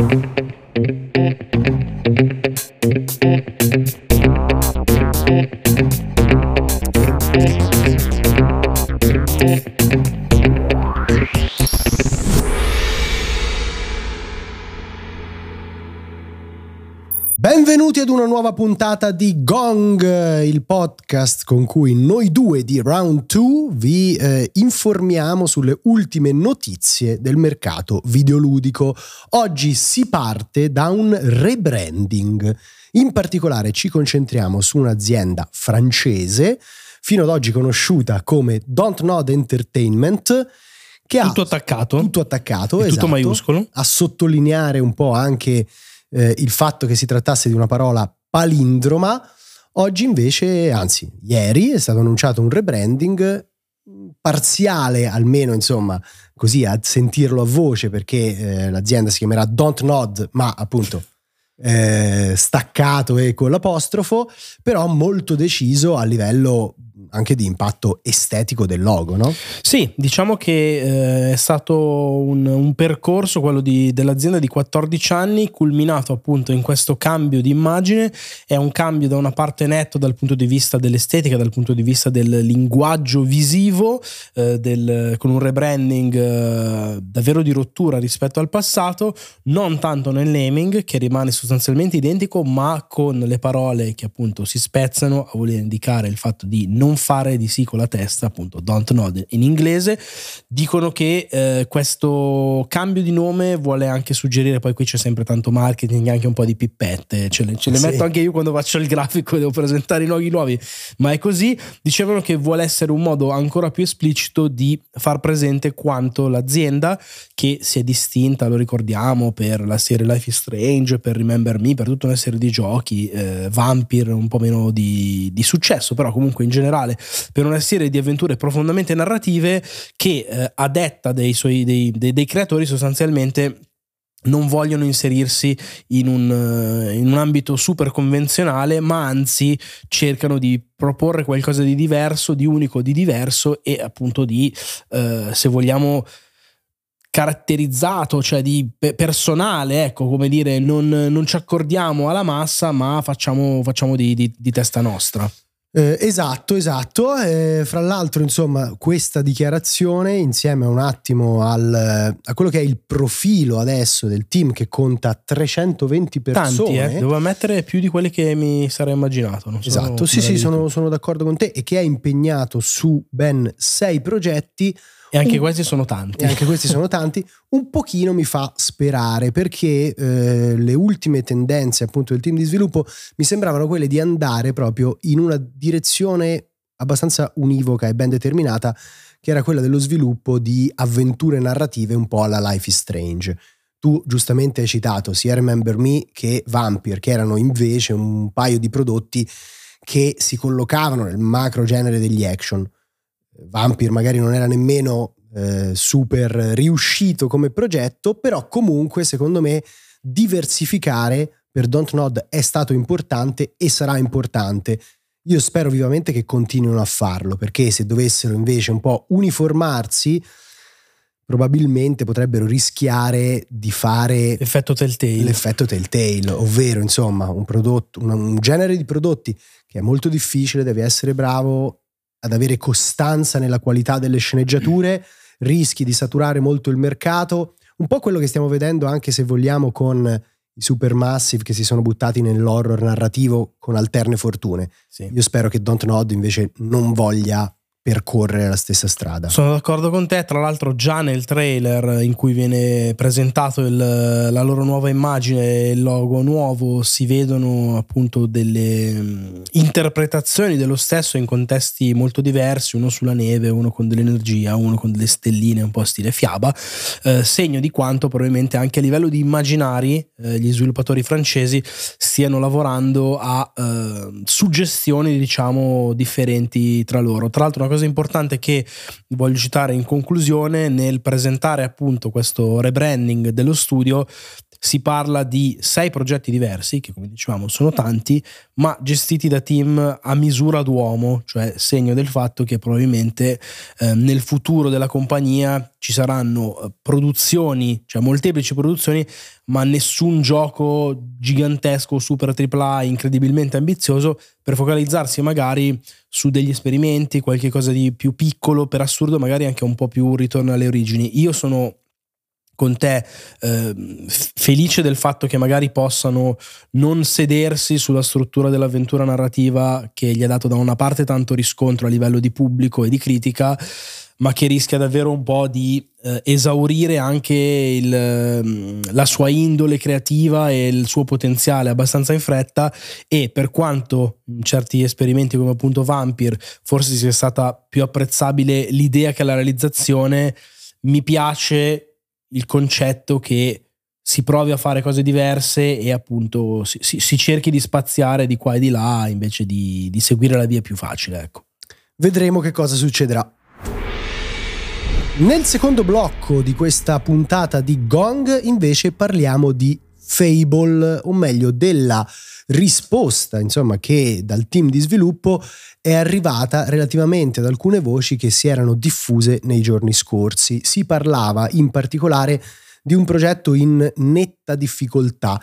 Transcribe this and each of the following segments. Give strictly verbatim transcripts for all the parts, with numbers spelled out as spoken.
Benvenuti ad una nuova puntata di Gong, il podcast con cui noi due di Round due vi eh, informiamo sulle ultime notizie del mercato videoludico. Oggi si parte da un rebranding. In particolare ci concentriamo su un'azienda francese, fino ad oggi conosciuta come Dontnod Entertainment, che tutto ha attaccato, tutto attaccato, tutto esatto, maiuscolo, a sottolineare un po' anche Eh, il fatto che si trattasse di una parola palindroma. Oggi invece, anzi ieri, è stato annunciato un rebranding parziale, almeno insomma così a sentirlo a voce, perché eh, l'azienda si chiamerà Dontnod, ma appunto eh, staccato e con l'apostrofo, però molto deciso a livello anche di impatto estetico del logo, no? Sì, diciamo che eh, è stato un, un percorso, quello di, dell'azienda, di quattordici anni, culminato appunto in questo cambio di immagine. È un cambio da una parte netto dal punto di vista dell'estetica, dal punto di vista del linguaggio visivo, eh, del, con un rebranding eh, davvero di rottura rispetto al passato, non tanto nel naming, che rimane sostanzialmente identico, ma con le parole che appunto si spezzano a voler indicare il fatto di non fare di sì con la testa, appunto Dontnod in inglese. Dicono che eh, questo cambio di nome vuole anche suggerire, poi qui c'è sempre tanto marketing, anche un po' di pippette, ce le, ce le sì. metto anche io quando faccio il grafico e devo presentare i loghi nuovi, ma è così. Dicevano che vuole essere un modo ancora più esplicito di far presente quanto l'azienda, che si è distinta, lo ricordiamo, per la serie Life is Strange, per Remember Me, per tutta una serie di giochi, eh, Vampire un po' meno di, di successo, però comunque in generale per una serie di avventure profondamente narrative che eh, a detta dei suoi dei, dei, dei creatori sostanzialmente non vogliono inserirsi in un, in un ambito super convenzionale, ma anzi cercano di proporre qualcosa di diverso, di unico, di diverso, e appunto di eh, se vogliamo caratterizzato, cioè di personale, ecco, come dire, non, non ci accordiamo alla massa, ma facciamo, facciamo di, di, di testa nostra. Eh, esatto, esatto. Eh, fra l'altro, insomma, questa dichiarazione, insieme un attimo al, a quello che è il profilo adesso del team, che conta trecentoventi persone. Tanti, eh? Devo ammettere più di quelli che mi sarei immaginato. Non esatto, sì, sì, sono, sono d'accordo con te, e che è impegnato su ben sei progetti. E anche un, questi sono tanti. E anche questi sono tanti. Un pochino mi fa sperare, perché eh, le ultime tendenze appunto del team di sviluppo mi sembravano quelle di andare proprio in una direzione abbastanza univoca e ben determinata, che era quella dello sviluppo di avventure narrative un po' alla Life is Strange. Tu giustamente hai citato sia Remember Me che Vampire, che erano invece un paio di prodotti che si collocavano nel macro genere degli action. Vampire magari non era nemmeno eh, super riuscito come progetto, però comunque secondo me diversificare per Dontnod è stato importante e sarà importante. Io spero vivamente che continuino a farlo, perché se dovessero invece un po' uniformarsi, probabilmente potrebbero rischiare di fare l'effetto Telltale, l'effetto Telltale, ovvero insomma un prodotto, un, un genere di prodotti che è molto difficile, devi essere bravo ad avere costanza nella qualità delle sceneggiature, rischi di saturare molto il mercato, un po' quello che stiamo vedendo anche, se vogliamo, con i supermassive che si sono buttati nell'horror narrativo con alterne fortune. Sì. Io spero che Dontnod invece non voglia percorrere la stessa strada. Sono d'accordo con te. Tra l'altro già nel trailer in cui viene presentato il, la loro nuova immagine, il logo nuovo, si vedono appunto delle interpretazioni dello stesso in contesti molto diversi, uno sulla neve, uno con dell'energia, uno con delle stelline un po' stile fiaba, eh, segno di quanto probabilmente anche a livello di immaginari eh, gli sviluppatori francesi stiano lavorando a eh, suggestioni diciamo differenti tra loro. Tra l'altro una cosa importante che voglio citare in conclusione: nel presentare appunto questo rebranding dello studio si parla di sei progetti diversi, che come dicevamo sono tanti, ma gestiti da team a misura d'uomo, cioè segno del fatto che probabilmente eh, nel futuro della compagnia ci saranno eh, produzioni, cioè molteplici produzioni, ma nessun gioco gigantesco, super tripla A, incredibilmente ambizioso, per focalizzarsi magari su degli esperimenti, qualche cosa di più piccolo, per assurdo magari anche un po' più ritorno alle origini. Io sono con te eh, felice del fatto che magari possano non sedersi sulla struttura dell'avventura narrativa che gli ha dato da una parte tanto riscontro a livello di pubblico e di critica, ma che rischia davvero un po' di eh, esaurire anche il, la sua indole creativa e il suo potenziale abbastanza in fretta. E per quanto in certi esperimenti come appunto Vampire forse sia stata più apprezzabile l'idea che la realizzazione, mi piace il concetto che si provi a fare cose diverse e appunto si, si, si cerchi di spaziare di qua e di là invece di, di seguire la via più facile, ecco. Vedremo che cosa succederà. Nel secondo blocco di questa puntata di Gong invece parliamo di Fable, o meglio della risposta insomma che dal team di sviluppo è arrivata relativamente ad alcune voci che si erano diffuse nei giorni scorsi. Si parlava in particolare di un progetto in netta difficoltà.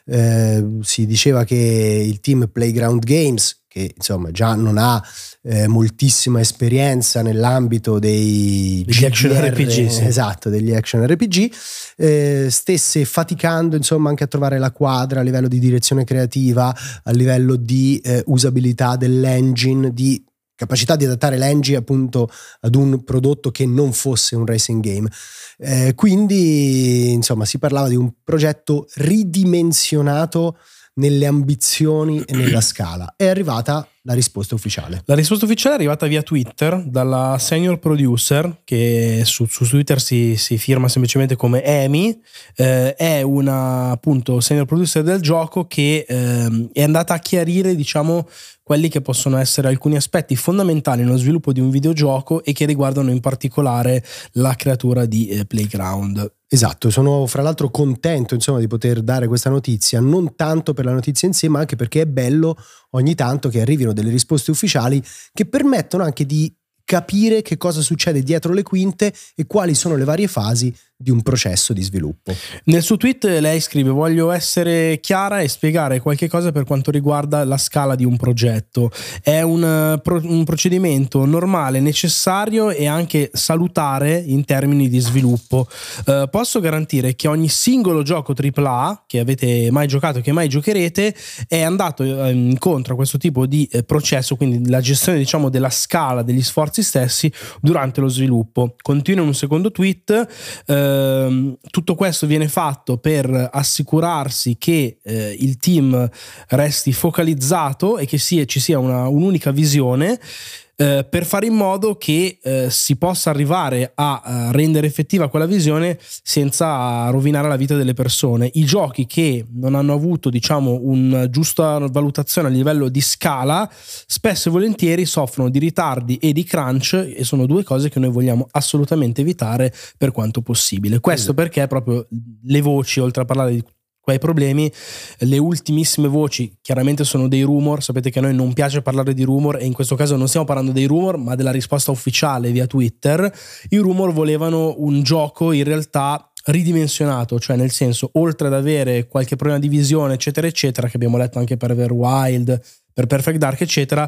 Eh, si diceva che il team Playground Games, che insomma già non ha eh, moltissima esperienza nell'ambito dei degli action R P G, sì. Esatto, degli action R P G, eh, stesse faticando insomma anche a trovare la quadra a livello di direzione creativa, a livello di eh, usabilità dell'engine, di capacità di adattare l'engine appunto ad un prodotto che non fosse un racing game. Eh, quindi insomma si parlava di un progetto ridimensionato nelle ambizioni e nella scala. È arrivata la risposta ufficiale. La risposta ufficiale è arrivata via Twitter dalla senior producer, che su, su Twitter si, si firma semplicemente come Amy. Eh, è una appunto senior producer del gioco che eh, è andata a chiarire diciamo quelli che possono essere alcuni aspetti fondamentali nello sviluppo di un videogioco e che riguardano in particolare la creatura di eh, Playground. Esatto, sono fra l'altro contento insomma di poter dare questa notizia, non tanto per la notizia in sé, ma anche perché è bello ogni tanto che arrivino delle risposte ufficiali che permettono anche di capire che cosa succede dietro le quinte e quali sono le varie fasi di un processo di sviluppo. Nel suo tweet lei scrive: voglio essere chiara e spiegare qualche cosa per quanto riguarda la scala di un progetto. È un, un procedimento normale, necessario e anche salutare in termini di sviluppo. Uh, posso garantire che ogni singolo gioco tripla A che avete mai giocato e che mai giocherete è andato incontro a questo tipo di eh, processo, quindi la gestione diciamo della scala degli sforzi stessi durante lo sviluppo. Continua in un secondo tweet: uh, tutto questo viene fatto per assicurarsi che eh, il team resti focalizzato e che sia, ci sia una, un'unica visione, eh, per fare in modo che eh, si possa arrivare a, a rendere effettiva quella visione senza rovinare la vita delle persone. I giochi che non hanno avuto diciamo una giusta valutazione a livello di scala spesso e volentieri soffrono di ritardi e di crunch, e sono due cose che noi vogliamo assolutamente evitare per quanto possibile. Questo esatto. Perché proprio le voci, oltre a parlare di quei problemi, le ultimissime voci chiaramente sono dei rumor. Sapete che a noi non piace parlare di rumor e in questo caso non stiamo parlando dei rumor ma della risposta ufficiale via Twitter. I rumor volevano un gioco in realtà ridimensionato, cioè nel senso, oltre ad avere qualche problema di visione eccetera eccetera, che abbiamo letto anche per Everwild, per Perfect Dark eccetera,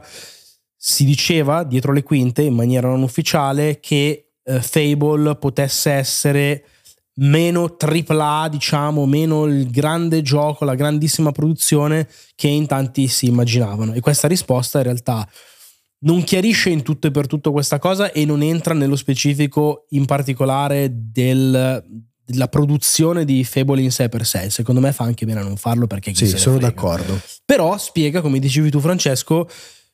si diceva dietro le quinte in maniera non ufficiale che eh, Fable potesse essere meno tripla A, diciamo, meno il grande gioco, la grandissima produzione che in tanti si immaginavano. E questa risposta in realtà non chiarisce in tutto e per tutto questa cosa e non entra nello specifico in particolare del, della produzione di Fable in sé per sé. Secondo me fa anche bene a non farlo, perché chi sì, se ne sono frega. d'accordo. Però spiega, come dicevi tu Francesco,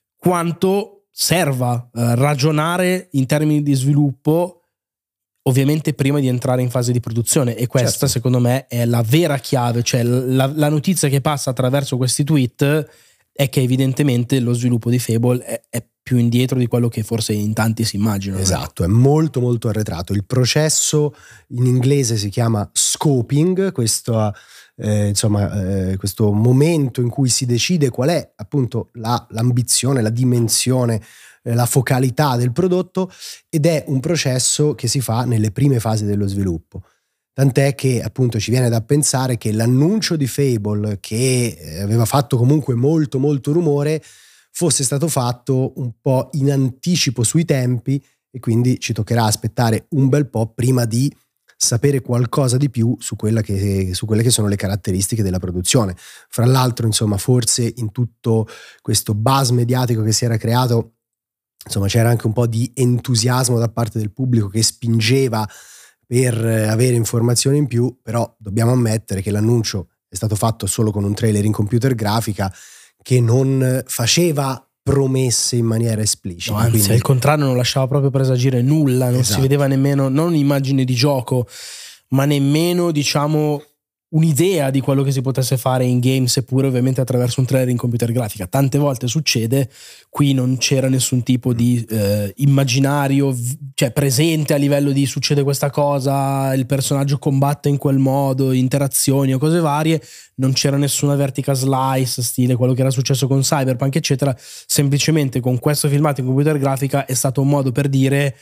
quanto serva eh, ragionare in termini di sviluppo, ovviamente prima di entrare in fase di produzione. E questa certo. secondo me è la vera chiave, cioè la, la notizia che passa attraverso questi tweet è che evidentemente lo sviluppo di Fable è, è più indietro di quello che forse in tanti si immaginano. Esatto, è molto molto arretrato. Il processo in inglese si chiama scoping, questo, eh, insomma, eh, questo momento in cui si decide qual è appunto la, l'ambizione, la dimensione, eh, la focalità del prodotto, ed è un processo che si fa nelle prime fasi dello sviluppo. Tant'è che appunto ci viene da pensare che l'annuncio di Fable, che aveva fatto comunque molto molto rumore, fosse stato fatto un po' in anticipo sui tempi, e quindi ci toccherà aspettare un bel po' prima di sapere qualcosa di più su, quella che, su quelle che sono le caratteristiche della produzione. Fra l'altro, insomma, forse in tutto questo buzz mediatico che si era creato, insomma, c'era anche un po' di entusiasmo da parte del pubblico che spingeva per avere informazioni in più, però dobbiamo ammettere che l'annuncio è stato fatto solo con un trailer in computer grafica che non faceva promesse in maniera esplicita. No, anzi, quindi... al contrario, non lasciava proprio presagire nulla, non esatto. Si vedeva nemmeno, non un'immagine di gioco, ma nemmeno, diciamo, un'idea di quello che si potesse fare in game, seppure ovviamente attraverso un trailer in computer grafica. Tante volte succede, qui non c'era nessun tipo di eh, immaginario, cioè presente a livello di succede questa cosa, il personaggio combatte in quel modo, interazioni o cose varie. Non c'era nessuna vertical slice stile quello che era successo con Cyberpunk eccetera. Semplicemente con questo filmato in computer grafica è stato un modo per dire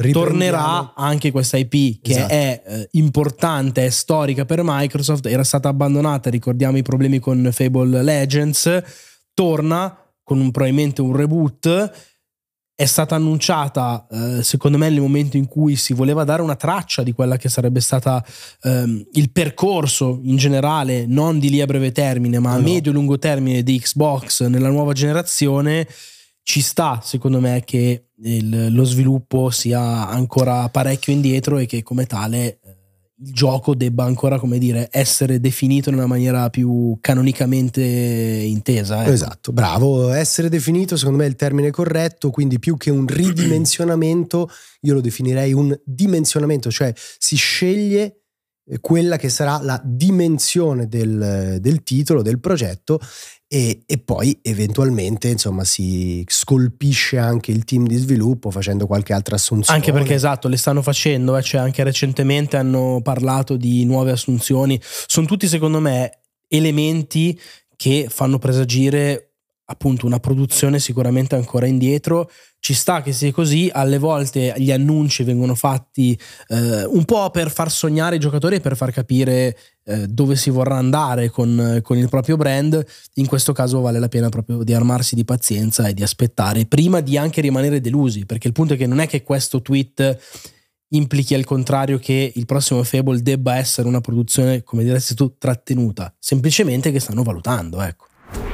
tornerà anche questa I P che esatto. è eh, importante, è storica per Microsoft, era stata abbandonata, ricordiamo i problemi con Fable Legends, torna con un, probabilmente un reboot. È stata annunciata eh, secondo me nel momento in cui si voleva dare una traccia di quella che sarebbe stata ehm, il percorso in generale, non di lì a breve termine ma no, a medio e lungo termine di Xbox nella nuova generazione. Ci sta secondo me che il, lo sviluppo sia ancora parecchio indietro e che come tale eh, il gioco debba ancora, come dire, essere definito in una maniera più canonicamente intesa. Eh. Esatto, bravo, essere definito secondo me è il termine corretto, quindi più che un ridimensionamento io lo definirei un dimensionamento, cioè si sceglie quella che sarà la dimensione del, del titolo, del progetto, e, e poi eventualmente insomma si scolpisce anche il team di sviluppo facendo qualche altra assunzione. Anche perché esatto, le stanno facendo, eh, cioè anche recentemente hanno parlato di nuove assunzioni. Sono tutti secondo me elementi che fanno presagire appunto una produzione sicuramente ancora indietro. Ci sta che sia così, alle volte gli annunci vengono fatti eh, un po' per far sognare i giocatori e per far capire eh, dove si vorrà andare con, con il proprio brand. In questo caso vale la pena proprio di armarsi di pazienza e di aspettare prima di anche rimanere delusi, perché il punto è che non è che questo tweet implichi al contrario che il prossimo Fable debba essere una produzione, come diresti tu, trattenuta, semplicemente che stanno valutando, ecco.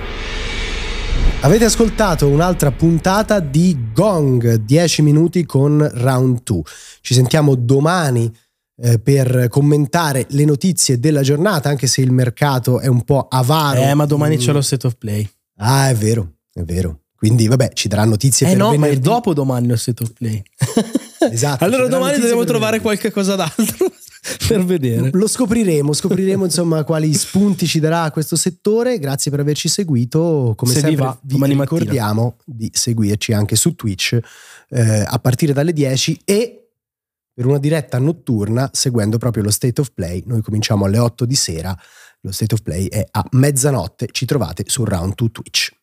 Avete ascoltato un'altra puntata di Gong, dieci minuti con Round due. Ci sentiamo domani eh, per commentare le notizie della giornata, anche se il mercato è un po' avaro. Eh, ma domani mm. c'è lo State of Play. Ah, è vero, è vero. Quindi vabbè, ci darà notizie eh per no, venerdì. Ma è dopo domani lo State of Play. Esatto. Allora domani dobbiamo trovare qualche cosa d'altro per vedere. Lo scopriremo, scopriremo insomma quali spunti ci darà questo settore. Grazie per averci seguito. Come Se sempre va, vi ricordiamo mattina. di seguirci anche su Twitch eh, a partire dalle dieci e per una diretta notturna seguendo proprio lo State of Play. Noi cominciamo alle otto di sera, lo State of Play è a mezzanotte. Ci trovate su Round due Twitch.